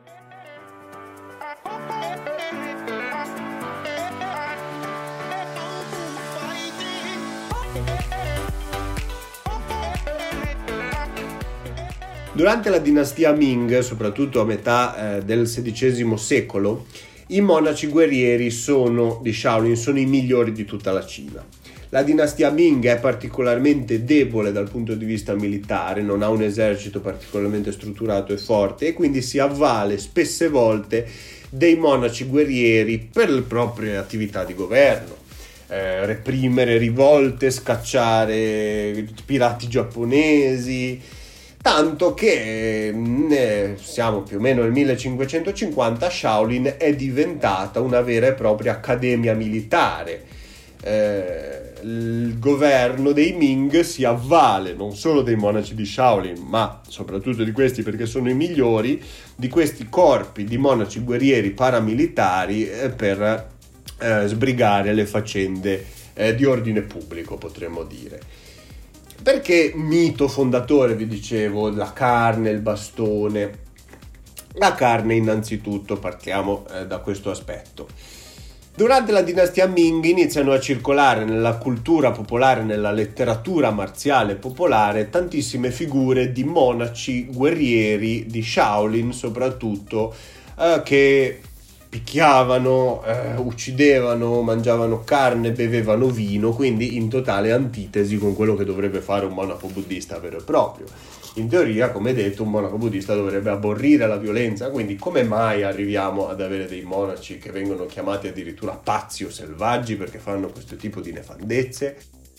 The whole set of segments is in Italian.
Durante la dinastia Ming, soprattutto a metà del XVI secolo, i monaci guerrieri di Shaolin sono i migliori di tutta la Cina. La dinastia Ming è particolarmente debole dal punto di vista militare, non ha un esercito particolarmente strutturato e forte e quindi si avvale spesse volte dei monaci guerrieri per le proprie attività di governo. Reprimere rivolte, scacciare pirati giapponesi, tanto che siamo più o meno nel 1550, Shaolin è diventata una vera e propria accademia militare. Il governo dei Ming si avvale non solo dei monaci di Shaolin, ma soprattutto di questi perché sono i migliori, di questi corpi di monaci guerrieri paramilitari per sbrigare le faccende di ordine pubblico, potremmo dire. Perché mito fondatore, vi dicevo, la carne, il bastone? La carne innanzitutto, partiamo da questo aspetto. Durante la dinastia Ming iniziano a circolare nella cultura popolare, nella letteratura marziale popolare, tantissime figure di monaci guerrieri di Shaolin soprattutto, che picchiavano, uccidevano, mangiavano carne, bevevano vino, quindi in totale antitesi con quello che dovrebbe fare un monaco buddista vero e proprio. In teoria, come detto, un monaco buddista dovrebbe aborrire la violenza, quindi come mai arriviamo ad avere dei monaci che vengono chiamati addirittura pazzi o selvaggi perché fanno questo tipo di nefandezze?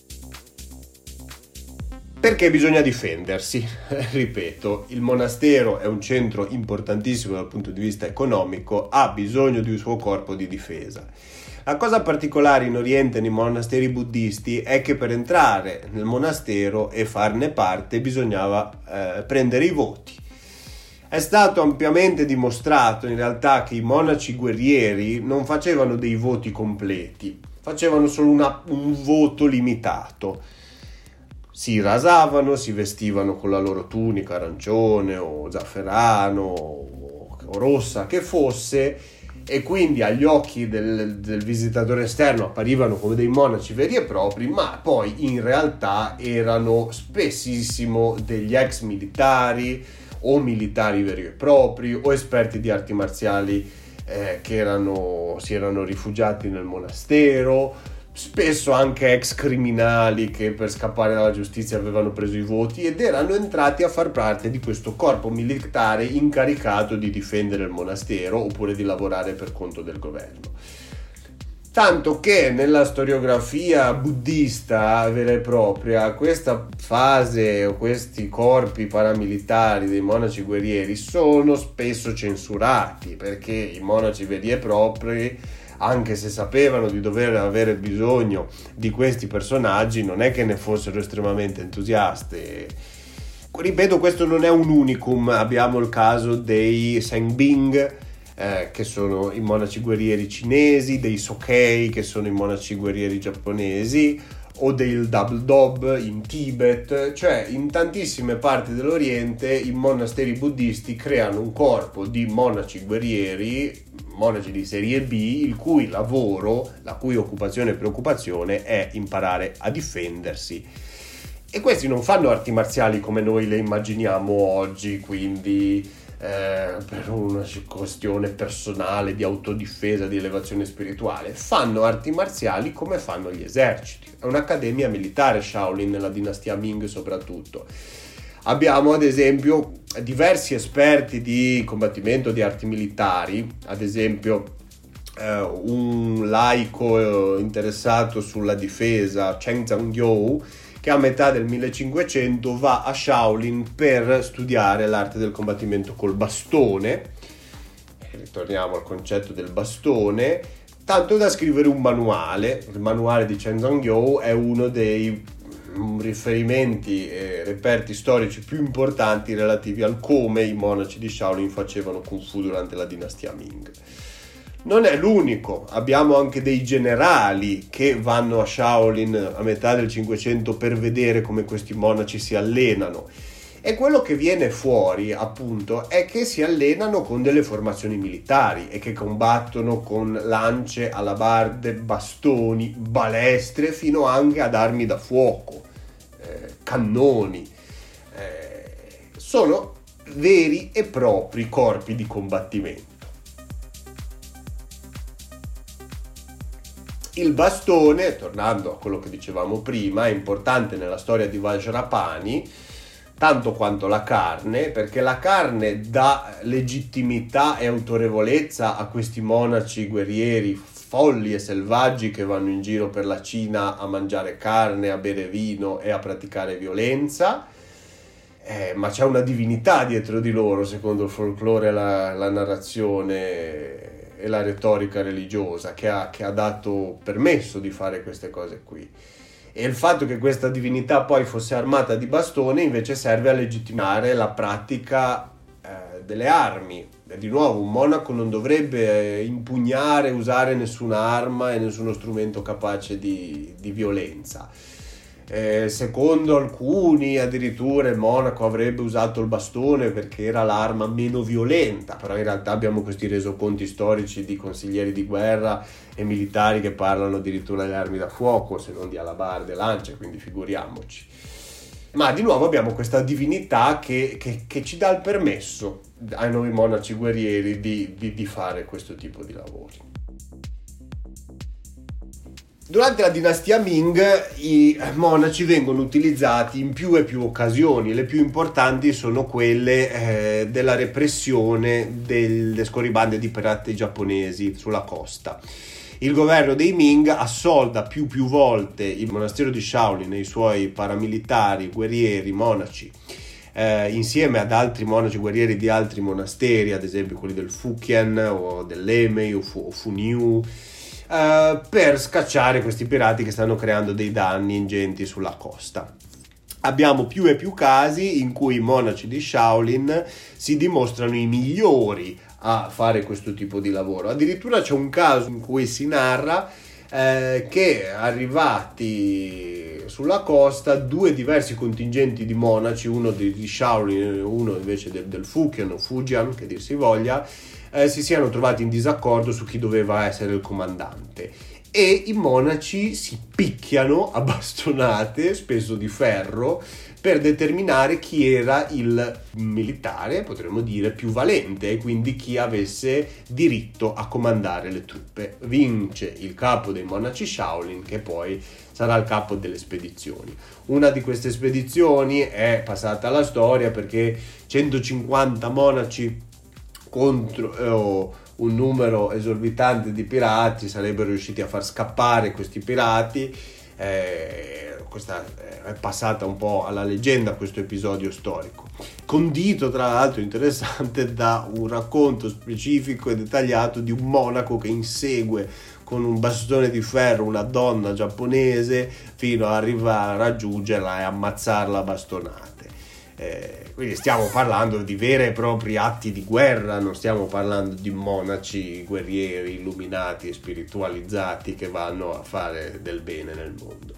Perché bisogna difendersi, ripeto, il monastero è un centro importantissimo dal punto di vista economico, ha bisogno di un suo corpo di difesa. La cosa particolare in Oriente nei monasteri buddisti è che per entrare nel monastero e farne parte bisognava prendere i voti. È stato ampiamente dimostrato in realtà che i monaci guerrieri non facevano dei voti completi, facevano solo un voto limitato. Si rasavano, si vestivano con la loro tunica arancione o zafferano o rossa che fosse, e quindi agli occhi del visitatore esterno apparivano come dei monaci veri e propri, ma poi in realtà erano spessissimo degli ex militari o militari veri e propri o esperti di arti marziali che si erano rifugiati nel monastero, spesso anche ex criminali che per scappare dalla giustizia avevano preso i voti ed erano entrati a far parte di questo corpo militare incaricato di difendere il monastero oppure di lavorare per conto del governo. Tanto che nella storiografia buddista vera e propria questa fase o questi corpi paramilitari dei monaci guerrieri sono spesso censurati, perché i monaci veri e propri, anche se sapevano di dover avere bisogno di questi personaggi, non è che ne fossero estremamente entusiasti. Ripeto, questo non è un unicum, abbiamo il caso dei Senbing, che sono i monaci guerrieri cinesi, dei Sokei, che sono i monaci guerrieri giapponesi, o del Double Dob in Tibet, cioè in tantissime parti dell'Oriente i monasteri buddisti creano un corpo di monaci guerrieri, monaci di serie B, il cui lavoro, la cui occupazione e preoccupazione è imparare a difendersi. E questi non fanno arti marziali come noi le immaginiamo oggi, quindi per una questione personale di autodifesa, di elevazione spirituale. Fanno arti marziali come fanno gli eserciti. È un'accademia militare Shaolin nella dinastia Ming soprattutto. Abbiamo ad esempio diversi esperti di combattimento di arti militari, ad esempio un laico interessato sulla difesa, Cheng Zhangyou, che a metà del 1500 va a Shaolin per studiare l'arte del combattimento col bastone. Ritorniamo al concetto del bastone, tanto da scrivere un manuale. Il manuale di Cheng Zhangyou è uno dei riferimenti e reperti storici più importanti relativi al come i monaci di Shaolin facevano Kung Fu durante la dinastia Ming. Non è l'unico, abbiamo anche dei generali che vanno a Shaolin a metà del 500 per vedere come questi monaci si allenano, E quello che viene fuori, appunto, è che si allenano con delle formazioni militari e che combattono con lance, alabarde, bastoni, balestre, fino anche ad armi da fuoco, cannoni. Sono veri e propri corpi di combattimento. Il bastone, tornando a quello che dicevamo prima, è importante nella storia di Vajrapani tanto quanto la carne, perché la carne dà legittimità e autorevolezza a questi monaci guerrieri folli e selvaggi che vanno in giro per la Cina a mangiare carne, a bere vino e a praticare violenza, ma c'è una divinità dietro di loro, secondo il folklore, la narrazione e la retorica religiosa, che ha dato permesso di fare queste cose qui. E il fatto che questa divinità poi fosse armata di bastone invece serve a legittimare la pratica delle armi. E di nuovo, un monaco non dovrebbe impugnare, usare nessuna arma e nessuno strumento capace di violenza. Secondo alcuni addirittura il monaco avrebbe usato il bastone perché era l'arma meno violenta, però in realtà abbiamo questi resoconti storici di consiglieri di guerra e militari che parlano addirittura di armi da fuoco, se non di alabarde e lance, quindi figuriamoci. Ma di nuovo abbiamo questa divinità che ci dà il permesso ai noi monaci guerrieri di fare questo tipo di lavori. Durante la dinastia Ming i monaci vengono utilizzati in più e più occasioni. Le più importanti sono quelle della repressione delle scorribande di pirati giapponesi sulla costa. Il governo dei Ming assolda più volte il monastero di Shaolin e i suoi paramilitari, guerrieri, monaci, insieme ad altri monaci guerrieri di altri monasteri, ad esempio quelli del Fujian o dell'Emei o Funiu, per scacciare questi pirati che stanno creando dei danni ingenti sulla costa. Abbiamo più e più casi in cui i monaci di Shaolin si dimostrano i migliori a fare questo tipo di lavoro. Addirittura c'è un caso in cui si narra che arrivati sulla costa due diversi contingenti di monaci, uno di Shaolin e uno invece del Fujian o Fujian, che dir si voglia, si siano trovati in disaccordo su chi doveva essere il comandante e i monaci si picchiano a bastonate, spesso di ferro, per determinare chi era il militare, potremmo dire, più valente e quindi chi avesse diritto a comandare le truppe. Vince il capo dei monaci Shaolin, che poi sarà il capo delle spedizioni. Una di queste spedizioni è passata alla storia perché 150 monaci contro un numero esorbitante di pirati sarebbero riusciti a far scappare questi pirati. Questa è passata un po' alla leggenda, questo episodio storico, condito tra l'altro, interessante, da un racconto specifico e dettagliato di un monaco che insegue con un bastone di ferro una donna giapponese fino ad arrivare a raggiungerla e ammazzarla a bastonate. Quindi stiamo parlando di veri e propri atti di guerra, non stiamo parlando di monaci guerrieri illuminati e spiritualizzati che vanno a fare del bene nel mondo.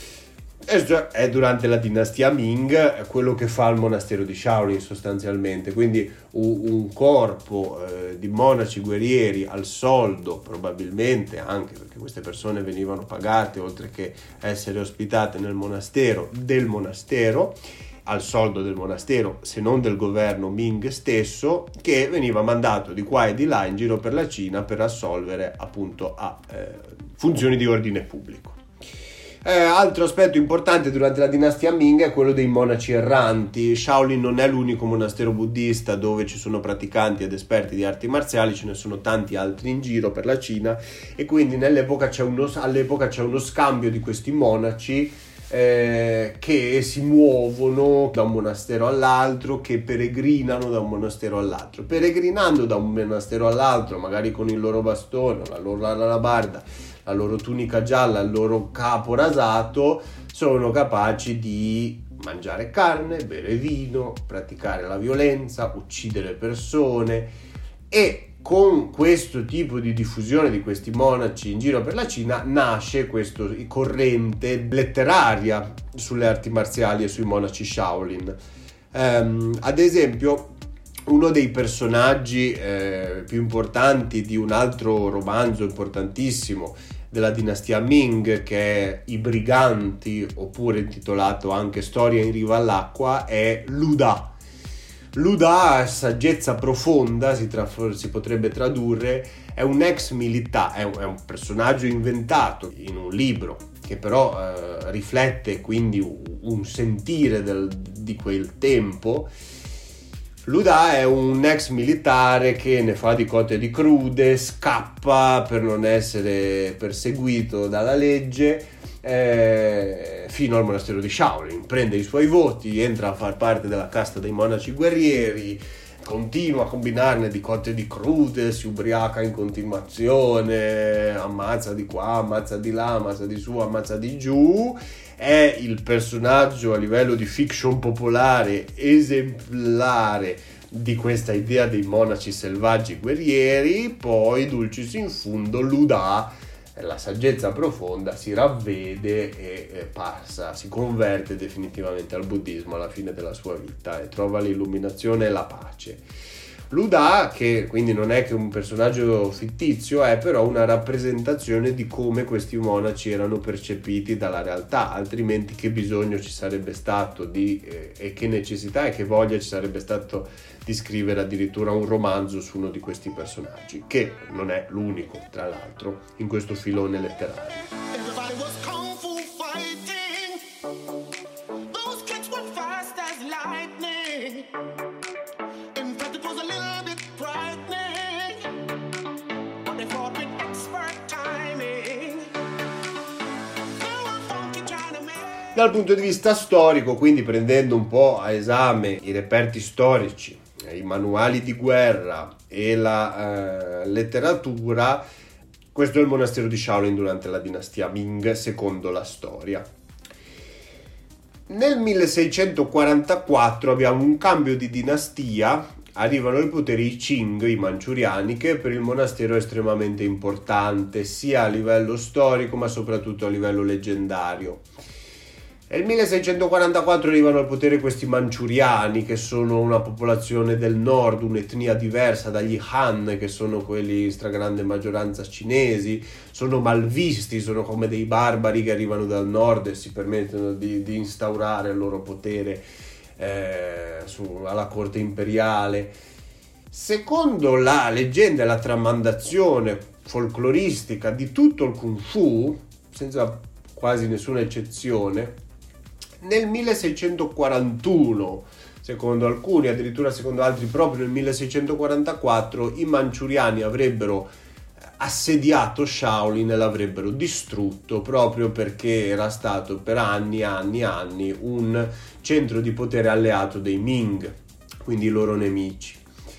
È durante la dinastia Ming quello che fa il monastero di Shaolin sostanzialmente, quindi un corpo di monaci guerrieri al soldo, probabilmente anche perché queste persone venivano pagate oltre che essere ospitate nel monastero, del monastero, al soldo del monastero, se non del governo Ming stesso, che veniva mandato di qua e di là in giro per la Cina per assolvere appunto a funzioni di ordine pubblico. Altro aspetto importante durante la dinastia Ming è quello dei monaci erranti. Shaolin non è l'unico monastero buddista dove ci sono praticanti ed esperti di arti marziali, ce ne sono tanti altri in giro per la Cina e quindi all'epoca c'è uno scambio di questi monaci che si muovono da un monastero all'altro, che peregrinano da un monastero all'altro. Peregrinando da un monastero all'altro, magari con il loro bastone, la loro alabarda, la loro tunica gialla, il loro capo rasato, sono capaci di mangiare carne, bere vino, praticare la violenza, uccidere persone. E con questo tipo di diffusione di questi monaci in giro per la Cina nasce questa corrente letteraria sulle arti marziali e sui monaci Shaolin. Ad esempio, uno dei personaggi più importanti di un altro romanzo importantissimo della dinastia Ming, che è I Briganti, oppure intitolato anche Storia in riva all'acqua, è Lu Da. Lu Da, saggezza profonda, si potrebbe tradurre, è un ex militare, è un personaggio inventato in un libro, che però riflette quindi un sentire di quel tempo. Lu Da è un ex militare che ne fa di cotte e di crude, scappa per non essere perseguito dalla legge fino al monastero di Shaolin, prende i suoi voti, entra a far parte della casta dei monaci guerrieri, continua a combinarne di cotte e di crude, si ubriaca in continuazione, ammazza di qua, ammazza di là, ammazza di su, ammazza di giù. È il personaggio a livello di fiction popolare esemplare di questa idea dei monaci selvaggi guerrieri. Poi, dulcis in fundo, Lu Da, la saggezza profonda, si ravvede e si converte definitivamente al buddismo alla fine della sua vita e trova l'illuminazione e la pace. Lu Da, che quindi non è che un personaggio fittizio, è però una rappresentazione di come questi monaci erano percepiti dalla realtà, altrimenti che bisogno ci sarebbe stato e che necessità e che voglia ci sarebbe stato di scrivere addirittura un romanzo su uno di questi personaggi, che non è l'unico, tra l'altro, in questo filone letterario. Dal punto di vista storico, quindi prendendo un po' a esame i reperti storici, i manuali di guerra e la letteratura, questo è il monastero di Shaolin durante la dinastia Ming, secondo la storia. Nel 1644 abbiamo un cambio di dinastia, arrivano al potere i Qing, i manciuriani, che per il monastero è estremamente importante, sia a livello storico ma soprattutto a livello leggendario. Nel 1644 arrivano al potere questi manciuriani, che sono una popolazione del nord, un'etnia diversa dagli Han, che sono quelli in stragrande maggioranza cinesi, sono malvisti, sono come dei barbari che arrivano dal nord e si permettono di instaurare il loro potere alla corte imperiale. Secondo la leggenda e la tramandazione folcloristica di tutto il Kung Fu, senza quasi nessuna eccezione, nel 1641, secondo alcuni, addirittura secondo altri proprio nel 1644, i manciuriani avrebbero assediato Shaolin e l'avrebbero distrutto, proprio perché era stato per anni un centro di potere alleato dei Ming, quindi i loro nemici.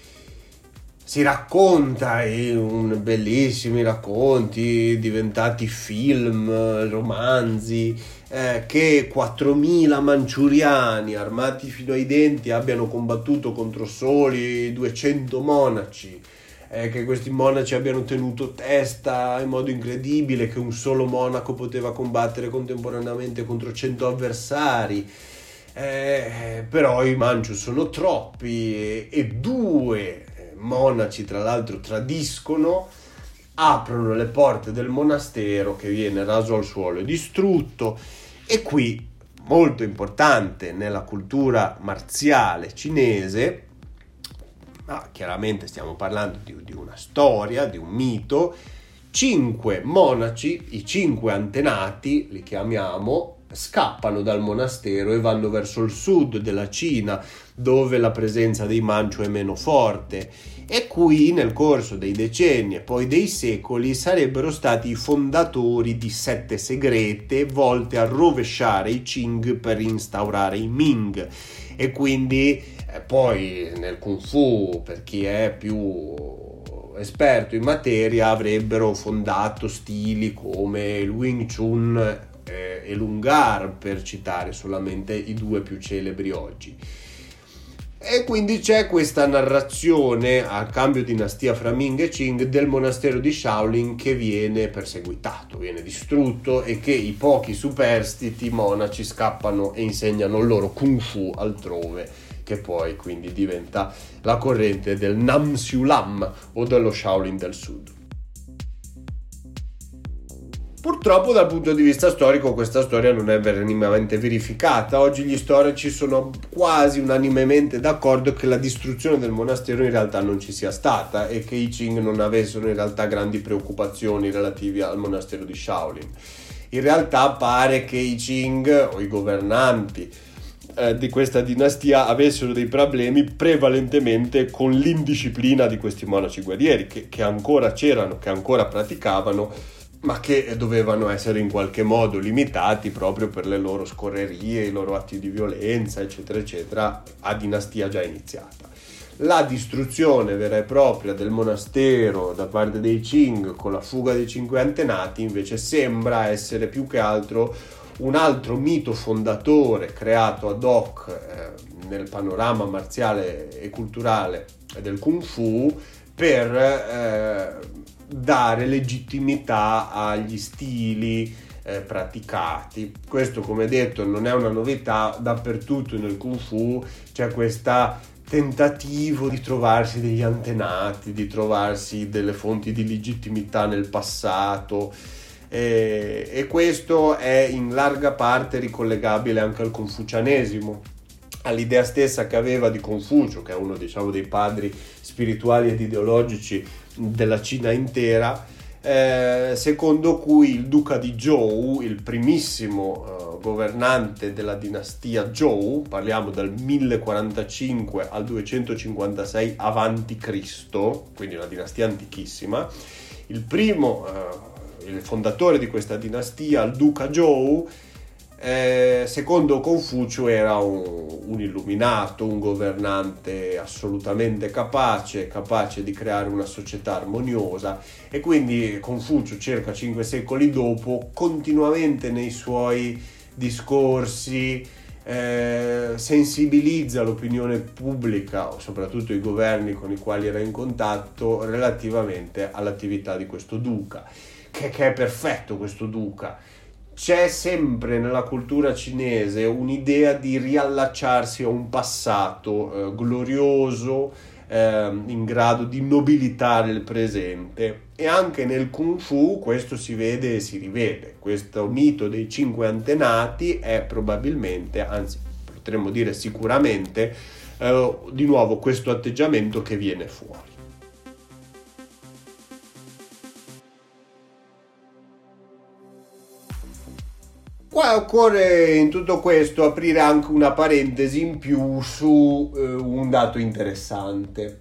Si racconta in bellissimi racconti diventati film, romanzi, che 4.000 manciuriani armati fino ai denti abbiano combattuto contro soli 200 monaci, che questi monaci abbiano tenuto testa in modo incredibile, che un solo monaco poteva combattere contemporaneamente contro 100 avversari. Però i Manchu sono troppi e due monaci tra l'altro tradiscono, aprono le porte del monastero, che viene raso al suolo e distrutto. E qui, molto importante nella cultura marziale cinese, ma chiaramente stiamo parlando di una storia, di un mito, 5 monaci, i 5 antenati, li chiamiamo, scappano dal monastero e vanno verso il sud della Cina, dove la presenza dei Manchu è meno forte, e qui nel corso dei decenni e poi dei secoli sarebbero stati i fondatori di 7 segrete volte a rovesciare i Qing per instaurare i Ming. E quindi poi nel Kung Fu, per chi è più esperto in materia, avrebbero fondato stili come il Wing Chun e l'Ungar, per citare solamente i 2 più celebri oggi. E quindi c'è questa narrazione, al cambio dinastia fra Ming e Qing, del monastero di Shaolin che viene perseguitato, viene distrutto, e che i pochi superstiti monaci scappano e insegnano il loro Kung Fu altrove, che poi quindi diventa la corrente del Nam Siu Lam o dello Shaolin del Sud. Purtroppo dal punto di vista storico questa storia non è minimamente verificata. Oggi gli storici sono quasi unanimemente d'accordo che la distruzione del monastero in realtà non ci sia stata e che i Qing non avessero in realtà grandi preoccupazioni relative al monastero di Shaolin. In realtà pare che i Qing o i governanti di questa dinastia avessero dei problemi prevalentemente con l'indisciplina di questi monaci guerrieri che ancora c'erano, che ancora praticavano, ma che dovevano essere in qualche modo limitati proprio per le loro scorrerie, i loro atti di violenza, eccetera, eccetera, a dinastia già iniziata. La distruzione vera e propria del monastero da parte dei Qing con la fuga dei 5 antenati invece sembra essere più che altro un altro mito fondatore creato ad hoc nel panorama marziale e culturale del Kung Fu per dare legittimità agli stili praticati. Questo, come detto, non è una novità. Dappertutto nel Kung Fu c'è questo tentativo di trovarsi degli antenati, di trovarsi delle fonti di legittimità nel passato, e questo è in larga parte ricollegabile anche al confucianesimo, all'idea stessa che aveva di Confucio, che è uno, diciamo, dei padri spirituali ed ideologici della Cina intera, secondo cui il duca di Zhou, il primissimo governante della dinastia Zhou, parliamo dal 1045 al 256 avanti Cristo, quindi una dinastia antichissima, il fondatore di questa dinastia, il duca Zhou, secondo Confucio era un illuminato, un governante assolutamente capace di creare una società armoniosa, e quindi Confucio, circa 5 secoli dopo, continuamente nei suoi discorsi sensibilizza l'opinione pubblica, soprattutto i governi con i quali era in contatto, relativamente all'attività di questo duca, che è perfetto. Questo duca, c'è sempre nella cultura cinese un'idea di riallacciarsi a un passato glorioso, in grado di nobilitare il presente, e anche nel Kung Fu questo si vede e si rivede. Questo mito dei 5 antenati è probabilmente, anzi potremmo dire sicuramente, di nuovo questo atteggiamento che viene fuori. Qua occorre in tutto questo aprire anche una parentesi in più su un dato interessante.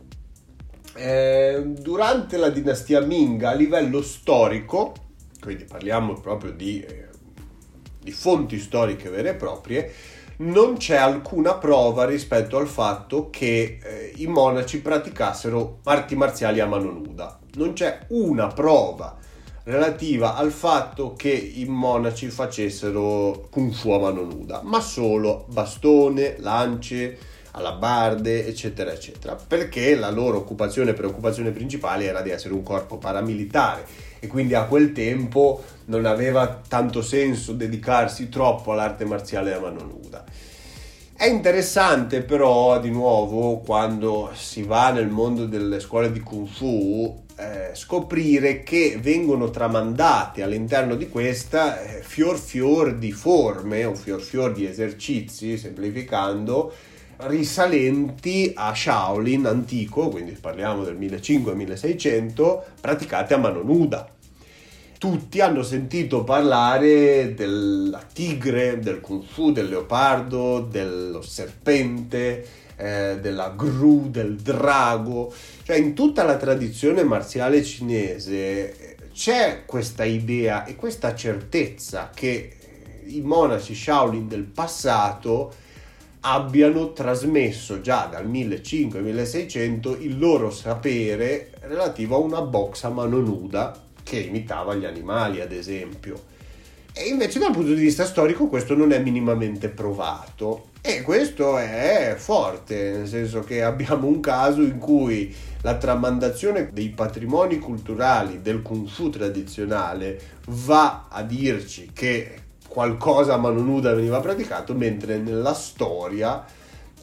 Durante la dinastia Ming, a livello storico, quindi parliamo proprio di fonti storiche vere e proprie, non c'è alcuna prova rispetto al fatto che i monaci praticassero arti marziali a mano nuda. Non c'è una prova relativa al fatto che i monaci facessero Kung Fu a mano nuda, ma solo bastone, lance, alabarde, eccetera, eccetera, perché la loro preoccupazione principale era di essere un corpo paramilitare, e quindi a quel tempo non aveva tanto senso dedicarsi troppo all'arte marziale a mano nuda. È interessante però, di nuovo, quando si va nel mondo delle scuole di Kung Fu, scoprire che vengono tramandate all'interno di questa fior di forme o fior di esercizi, semplificando, risalenti a Shaolin antico, quindi parliamo del 1500-1600, praticate a mano nuda. Tutti hanno sentito parlare della tigre, del Kung Fu, del leopardo, dello serpente, della gru, del drago. Cioè, in tutta la tradizione marziale cinese c'è questa idea e questa certezza che i monaci Shaolin del passato abbiano trasmesso già dal 1500-1600 il loro sapere relativo a una box a mano nuda che imitava gli animali, ad esempio. E invece dal punto di vista storico questo non è minimamente provato, e questo è forte, nel senso che abbiamo un caso in cui la tramandazione dei patrimoni culturali del Kung Fu tradizionale va a dirci che qualcosa a mano nuda veniva praticato, mentre nella storia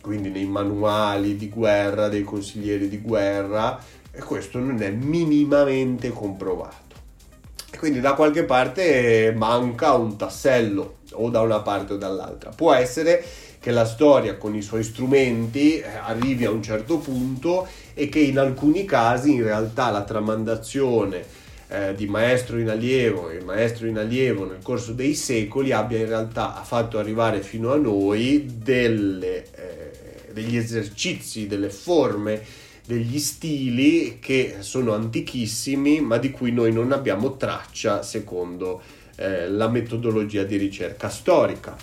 quindi nei manuali di guerra dei consiglieri di guerra, e questo non è minimamente comprovato. E quindi da qualche parte manca un tassello, o da una parte o dall'altra. Può essere che la storia con i suoi strumenti arrivi a un certo punto e che in alcuni casi in realtà la tramandazione di maestro in allievo e maestro in allievo nel corso dei secoli abbia in realtà fatto arrivare fino a noi degli esercizi, delle forme, degli stili che sono antichissimi ma di cui noi non abbiamo traccia secondo la metodologia di ricerca storica.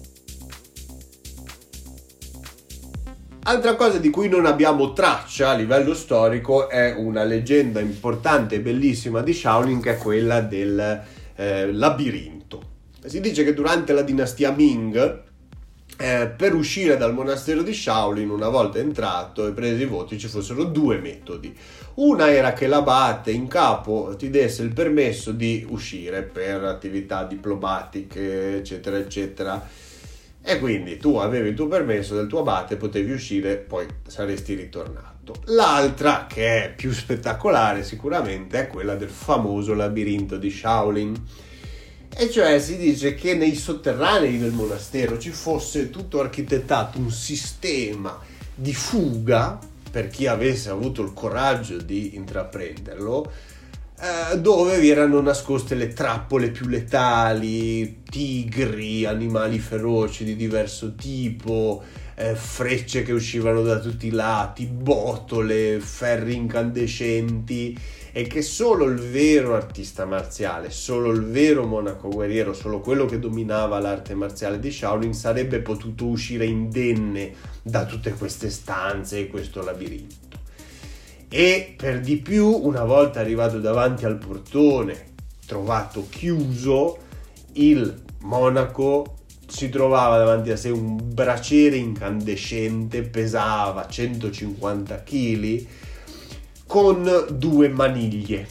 Altra cosa di cui non abbiamo traccia a livello storico è una leggenda importante e bellissima di Shaolin, che è quella del labirinto. Si dice che durante la dinastia Ming, per uscire dal monastero di Shaolin, una volta entrato e presi i voti, ci fossero due metodi. Una era che l'abate in capo ti desse il permesso di uscire per attività diplomatiche, eccetera, eccetera. E quindi tu avevi il tuo permesso del tuo abate, potevi uscire, poi saresti ritornato. L'altra, che è più spettacolare sicuramente, è quella del famoso labirinto di Shaolin. E cioè si dice che nei sotterranei del monastero ci fosse tutto architettato un sistema di fuga, per chi avesse avuto il coraggio di intraprenderlo, dove vi erano nascoste le trappole più letali, tigri, animali feroci di diverso tipo, frecce che uscivano da tutti i lati, botole, ferri incandescenti, e che solo il vero artista marziale, solo il vero monaco guerriero, solo quello che dominava l'arte marziale di Shaolin sarebbe potuto uscire indenne da tutte queste stanze e questo labirinto. E per di più, una volta arrivato davanti al portone, trovato chiuso, il monaco si trovava davanti a sé un braciere incandescente, pesava 150 kg, con due maniglie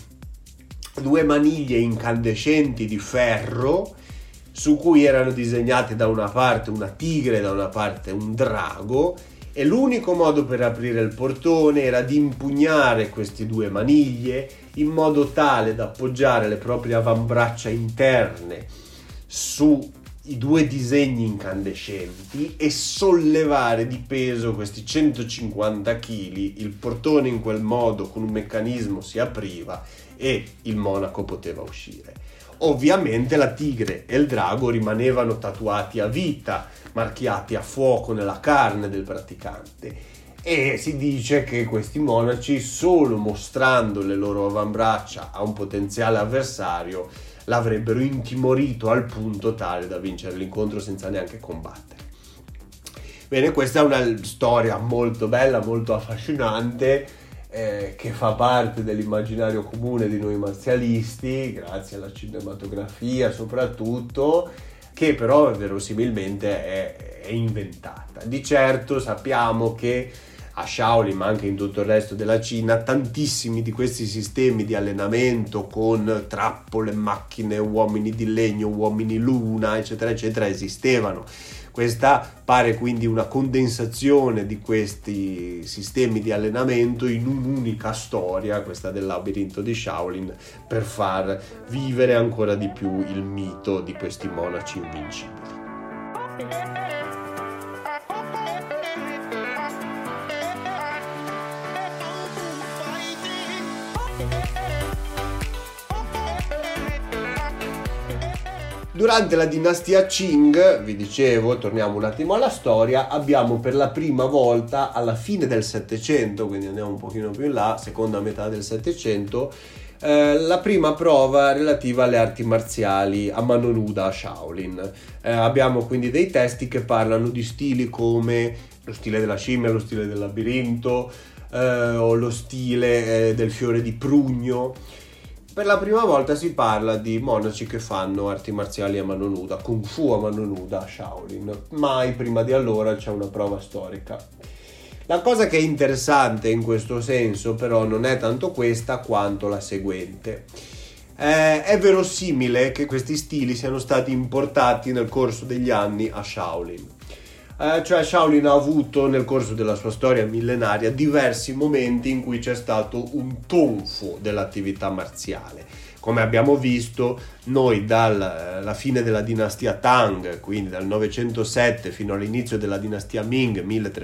incandescenti di ferro, su cui erano disegnate da una parte una tigre e da una parte un drago, e l'unico modo per aprire il portone era di impugnare queste due maniglie in modo tale da appoggiare le proprie avambraccia interne sui due disegni incandescenti e sollevare di peso questi 150 kg. Il portone in quel modo, con un meccanismo, si apriva e il monaco poteva uscire. Ovviamente la tigre e il drago rimanevano tatuati a vita, marchiati a fuoco nella carne del praticante, e si dice che questi monaci, solo mostrando le loro avambraccia a un potenziale avversario, l'avrebbero intimorito al punto tale da vincere l'incontro senza neanche combattere. Bene, questa è una storia molto bella, molto affascinante, che fa parte dell'immaginario comune di noi marzialisti, grazie alla cinematografia soprattutto, che però verosimilmente è inventata. Di certo sappiamo che a Shaolin, ma anche in tutto il resto della Cina, tantissimi di questi sistemi di allenamento con trappole, macchine, uomini di legno, uomini luna, eccetera, eccetera, esistevano. Questa pare quindi una condensazione di questi sistemi di allenamento in un'unica storia, questa del labirinto di Shaolin, per far vivere ancora di più il mito di questi monaci invincibili. Durante la dinastia Qing, vi dicevo, torniamo un attimo alla storia, abbiamo per la prima volta alla fine del Settecento, quindi andiamo un pochino più in là, seconda metà del Settecento, la prima prova relativa alle arti marziali a mano nuda a Shaolin. Abbiamo quindi dei testi che parlano di stili come lo stile della scimmia, lo stile del labirinto, o lo stile del fiore di prugno. Per la prima volta si parla di monaci che fanno arti marziali a mano nuda, Kung Fu a mano nuda a Shaolin. Mai prima di allora c'è una prova storica. La cosa che è interessante in questo senso però non è tanto questa quanto la seguente. È verosimile che questi stili siano stati importati nel corso degli anni a Shaolin. Cioè Shaolin ha avuto nel corso della sua storia millenaria diversi momenti in cui c'è stato un tonfo dell'attività marziale. Come abbiamo visto, noi dalla fine della dinastia Tang, quindi dal 907 fino all'inizio della dinastia Ming,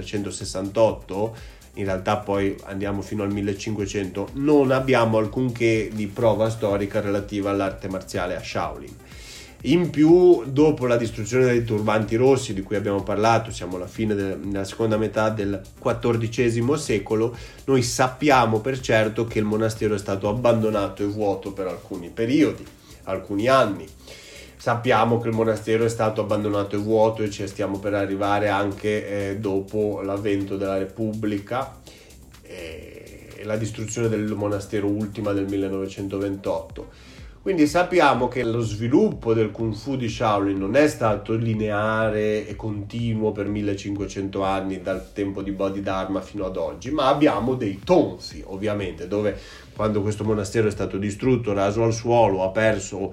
1368, in realtà poi andiamo fino al 1500, non abbiamo alcunché di prova storica relativa all'arte marziale a Shaolin. In più, dopo la distruzione dei turbanti rossi di cui abbiamo parlato, siamo alla fine della seconda metà del XIV secolo, noi sappiamo per certo che il monastero è stato abbandonato e vuoto per alcuni periodi, alcuni anni. Sappiamo che il monastero è stato abbandonato e vuoto e ci stiamo per arrivare anche dopo l'avvento della Repubblica e la distruzione del monastero ultima del 1928. Quindi sappiamo che lo sviluppo del Kung Fu di Shaolin non è stato lineare e continuo per 1500 anni dal tempo di Bodhidharma fino ad oggi, ma abbiamo dei tonfi, ovviamente, dove quando questo monastero è stato distrutto, raso al suolo, ha perso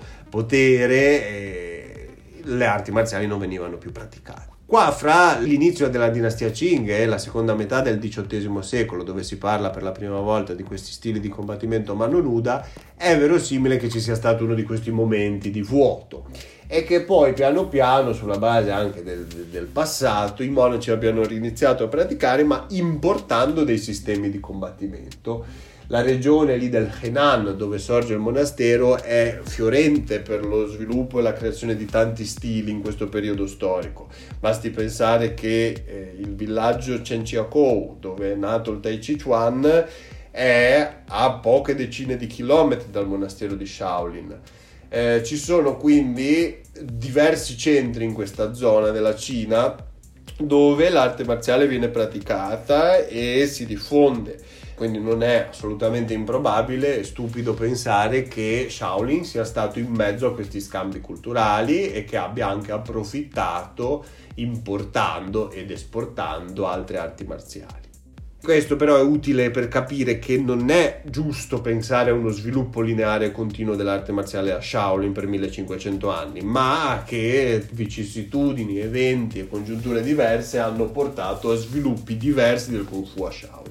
potere, le arti marziali non venivano più praticate. Qua fra l'inizio della dinastia Qing e la seconda metà del XVIII secolo, dove si parla per la prima volta di questi stili di combattimento a mano nuda, è verosimile che ci sia stato uno di questi momenti di vuoto e che poi piano piano, sulla base anche del passato, i monaci abbiano iniziato a praticare, ma importando dei sistemi di combattimento. La regione lì del Henan, dove sorge il monastero, è fiorente per lo sviluppo e la creazione di tanti stili in questo periodo storico. Basti pensare che il villaggio Zhenjiakou, dove è nato il Tai Chi Chuan, è a poche decine di chilometri dal monastero di Shaolin. Ci sono quindi diversi centri in questa zona della Cina dove l'arte marziale viene praticata e si diffonde. Quindi non è assolutamente improbabile e stupido pensare che Shaolin sia stato in mezzo a questi scambi culturali e che abbia anche approfittato importando ed esportando altre arti marziali. Questo però è utile per capire che non è giusto pensare a uno sviluppo lineare e continuo dell'arte marziale a Shaolin per 1500 anni, ma che vicissitudini, eventi e congiunture diverse hanno portato a sviluppi diversi del Kung Fu a Shaolin.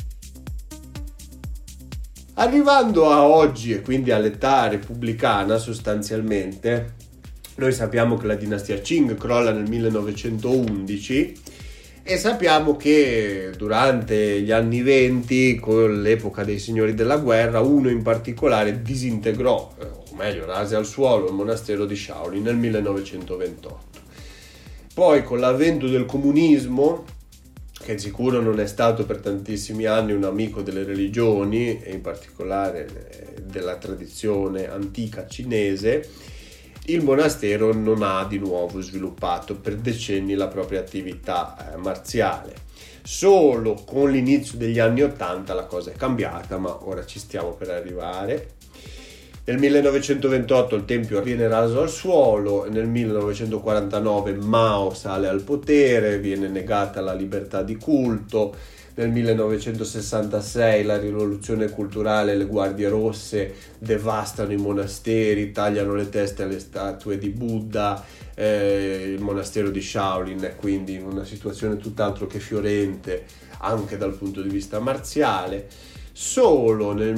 Arrivando a oggi e quindi all'età repubblicana sostanzialmente, noi sappiamo che la dinastia Qing crolla nel 1911 e sappiamo che durante gli anni 20, con l'epoca dei signori della guerra, uno in particolare disintegrò, o meglio rase al suolo, il monastero di Shaolin nel 1928. Poi con l'avvento del comunismo, che sicuro non è stato per tantissimi anni un amico delle religioni e in particolare della tradizione antica cinese, il monastero non ha di nuovo sviluppato per decenni la propria attività marziale. Solo con l'inizio degli anni '80 la cosa è cambiata, ma ora ci stiamo per arrivare. Nel 1928 il tempio viene raso al suolo, nel 1949 Mao sale al potere, viene negata la libertà di culto, nel 1966 la rivoluzione culturale e le guardie rosse devastano i monasteri, tagliano le teste alle statue di Buddha, il monastero di Shaolin è quindi in una situazione tutt'altro che fiorente anche dal punto di vista marziale. Solo nel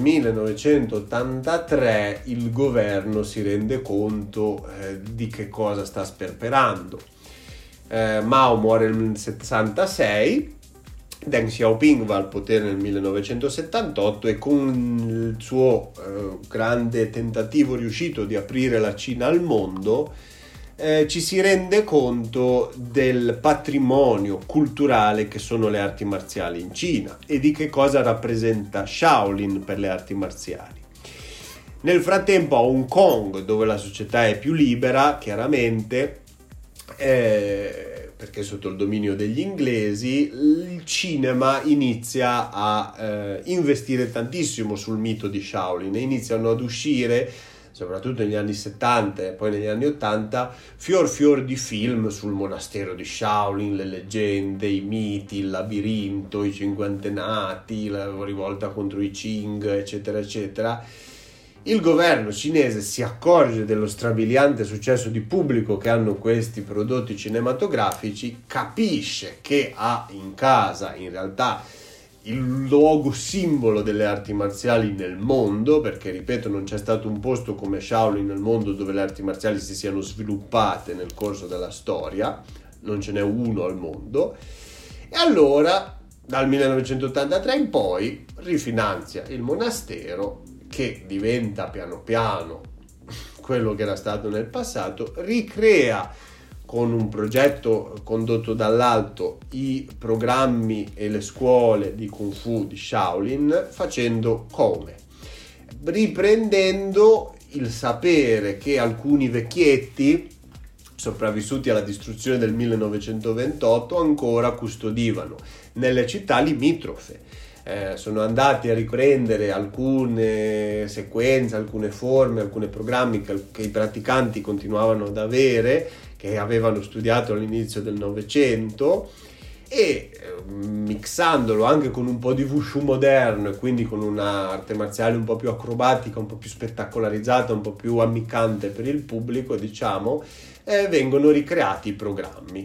1983 il governo si rende conto di che cosa sta sperperando. Mao muore nel 1966, Deng Xiaoping va al potere nel 1978 e con il suo grande tentativo riuscito di aprire la Cina al mondo ci si rende conto del patrimonio culturale che sono le arti marziali in Cina e di che cosa rappresenta Shaolin per le arti marziali. Nel frattempo a Hong Kong, dove la società è più libera, chiaramente, perché sotto il dominio degli inglesi, il cinema inizia a investire tantissimo sul mito di Shaolin e iniziano ad uscire, soprattutto negli anni 70 e poi negli anni 80, fior di film sul monastero di Shaolin, le leggende, i miti, il labirinto, i cinquantenati, la rivolta contro i Qing, eccetera, eccetera. Il governo cinese si accorge dello strabiliante successo di pubblico che hanno questi prodotti cinematografici, capisce che ha in casa in realtà il luogo simbolo delle arti marziali nel mondo, perché ripeto non c'è stato un posto come Shaolin nel mondo dove le arti marziali si siano sviluppate nel corso della storia, non ce n'è uno al mondo, e allora dal 1983 in poi rifinanzia il monastero, che diventa piano piano quello che era stato nel passato, ricrea con un progetto condotto dall'alto i programmi e le scuole di Kung Fu di Shaolin, facendo come? Riprendendo il sapere che alcuni vecchietti sopravvissuti alla distruzione del 1928 ancora custodivano nelle città limitrofe. Sono andati a riprendere alcune sequenze, alcune forme, alcuni programmi che i praticanti continuavano ad avere, che avevano studiato all'inizio del Novecento, e mixandolo anche con un po' di Wushu moderno e quindi con un'arte marziale un po' più acrobatica, un po' più spettacolarizzata, un po' più ammiccante per il pubblico, diciamo, vengono ricreati i programmi.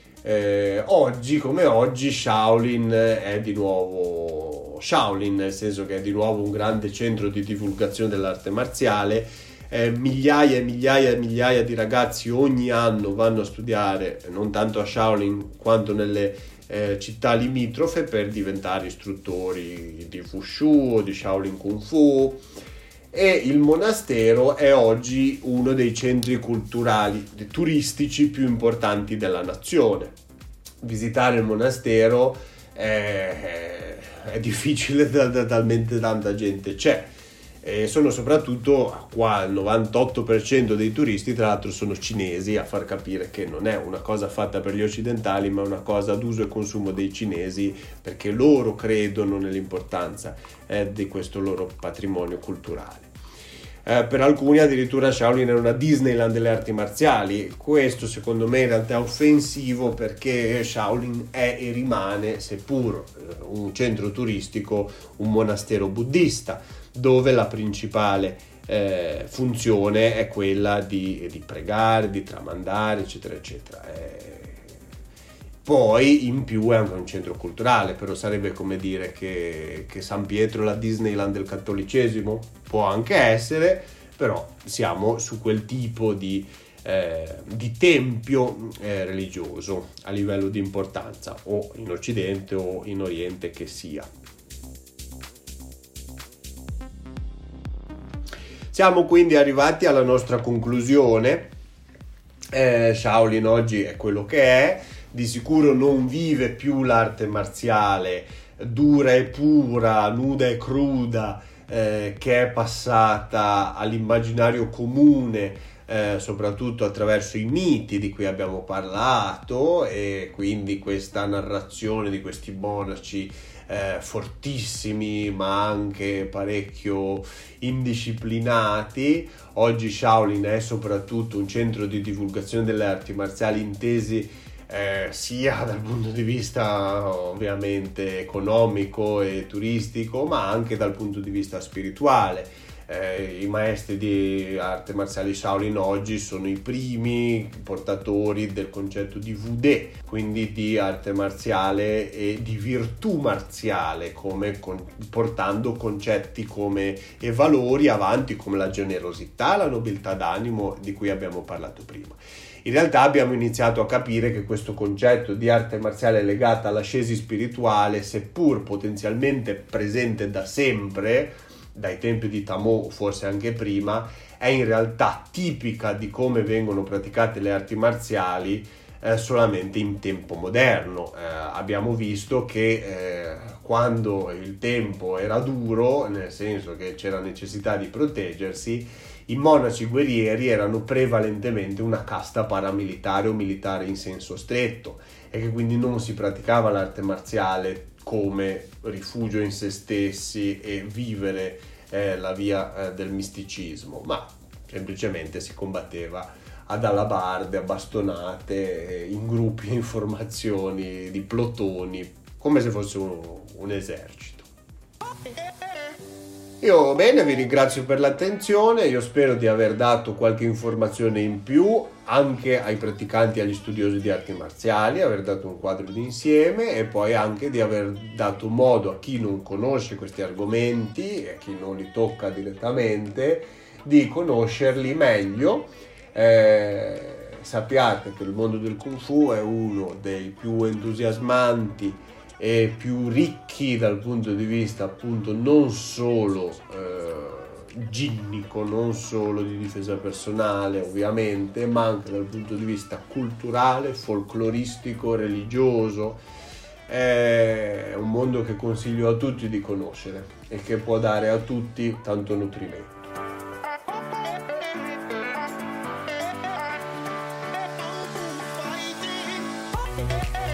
Oggi come oggi Shaolin è di nuovo Shaolin, nel senso che è di nuovo un grande centro di divulgazione dell'arte marziale. Migliaia e migliaia e migliaia di ragazzi ogni anno vanno a studiare non tanto a Shaolin quanto nelle città limitrofe per diventare istruttori di Wushu o di Shaolin Kung Fu, e il monastero è oggi uno dei centri culturali turistici più importanti della nazione. Visitare il monastero è difficile, talmente tanta gente c'è. Sono soprattutto qua il 98% dei turisti, tra l'altro sono cinesi, a far capire che non è una cosa fatta per gli occidentali ma una cosa d'uso e consumo dei cinesi, perché loro credono nell'importanza di questo loro patrimonio culturale. Per alcuni addirittura Shaolin è una Disneyland delle arti marziali. Questo secondo me in realtà è offensivo, perché Shaolin è e rimane, seppur un centro turistico, un monastero buddista dove la principale funzione è quella di pregare, di tramandare, eccetera eccetera. Poi in più è anche un centro culturale, però sarebbe come dire che San Pietro è la Disneyland del cattolicesimo, può anche essere, però siamo su quel tipo di tempio religioso a livello di importanza, o in Occidente o in Oriente che sia. Siamo quindi arrivati alla nostra conclusione. Shaolin oggi è quello che è, di sicuro non vive più l'arte marziale dura e pura, nuda e cruda, che è passata all'immaginario comune, soprattutto attraverso i miti di cui abbiamo parlato, e quindi questa narrazione di questi monaci fortissimi ma anche parecchio indisciplinati. Oggi Shaolin è soprattutto un centro di divulgazione delle arti marziali intesi sia dal punto di vista ovviamente economico e turistico, ma anche dal punto di vista spirituale. I maestri di arte marziale Shaolin oggi sono i primi portatori del concetto di Wudé, quindi di arte marziale e di virtù marziale, portando concetti e valori avanti come la generosità, la nobiltà d'animo di cui abbiamo parlato prima. In realtà abbiamo iniziato a capire che questo concetto di arte marziale legata all'ascesi spirituale, seppur potenzialmente presente da sempre, dai tempi di Tamo, forse anche prima, è in realtà tipica di come vengono praticate le arti marziali solamente in tempo moderno. Abbiamo visto che quando il tempo era duro, nel senso che c'era necessità di proteggersi, i monaci guerrieri erano prevalentemente una casta paramilitare o militare in senso stretto, e che quindi non si praticava l'arte marziale come rifugio in se stessi e vivere la via del misticismo, ma semplicemente si combatteva ad alabarde, a bastonate, in gruppi, in formazioni di plotoni, come se fosse un esercito. Io bene, vi ringrazio per l'attenzione, io spero di aver dato qualche informazione in più anche ai praticanti e agli studiosi di arti marziali, aver dato un quadro d'insieme e poi anche di aver dato modo a chi non conosce questi argomenti e a chi non li tocca direttamente di conoscerli meglio. Sappiate che il mondo del Kung Fu è uno dei più entusiasmanti e più ricchi dal punto di vista appunto non solo ginnico, non solo di difesa personale ovviamente, ma anche dal punto di vista culturale, folcloristico, religioso. È un mondo che consiglio a tutti di conoscere e che può dare a tutti tanto nutrimento. Fighting.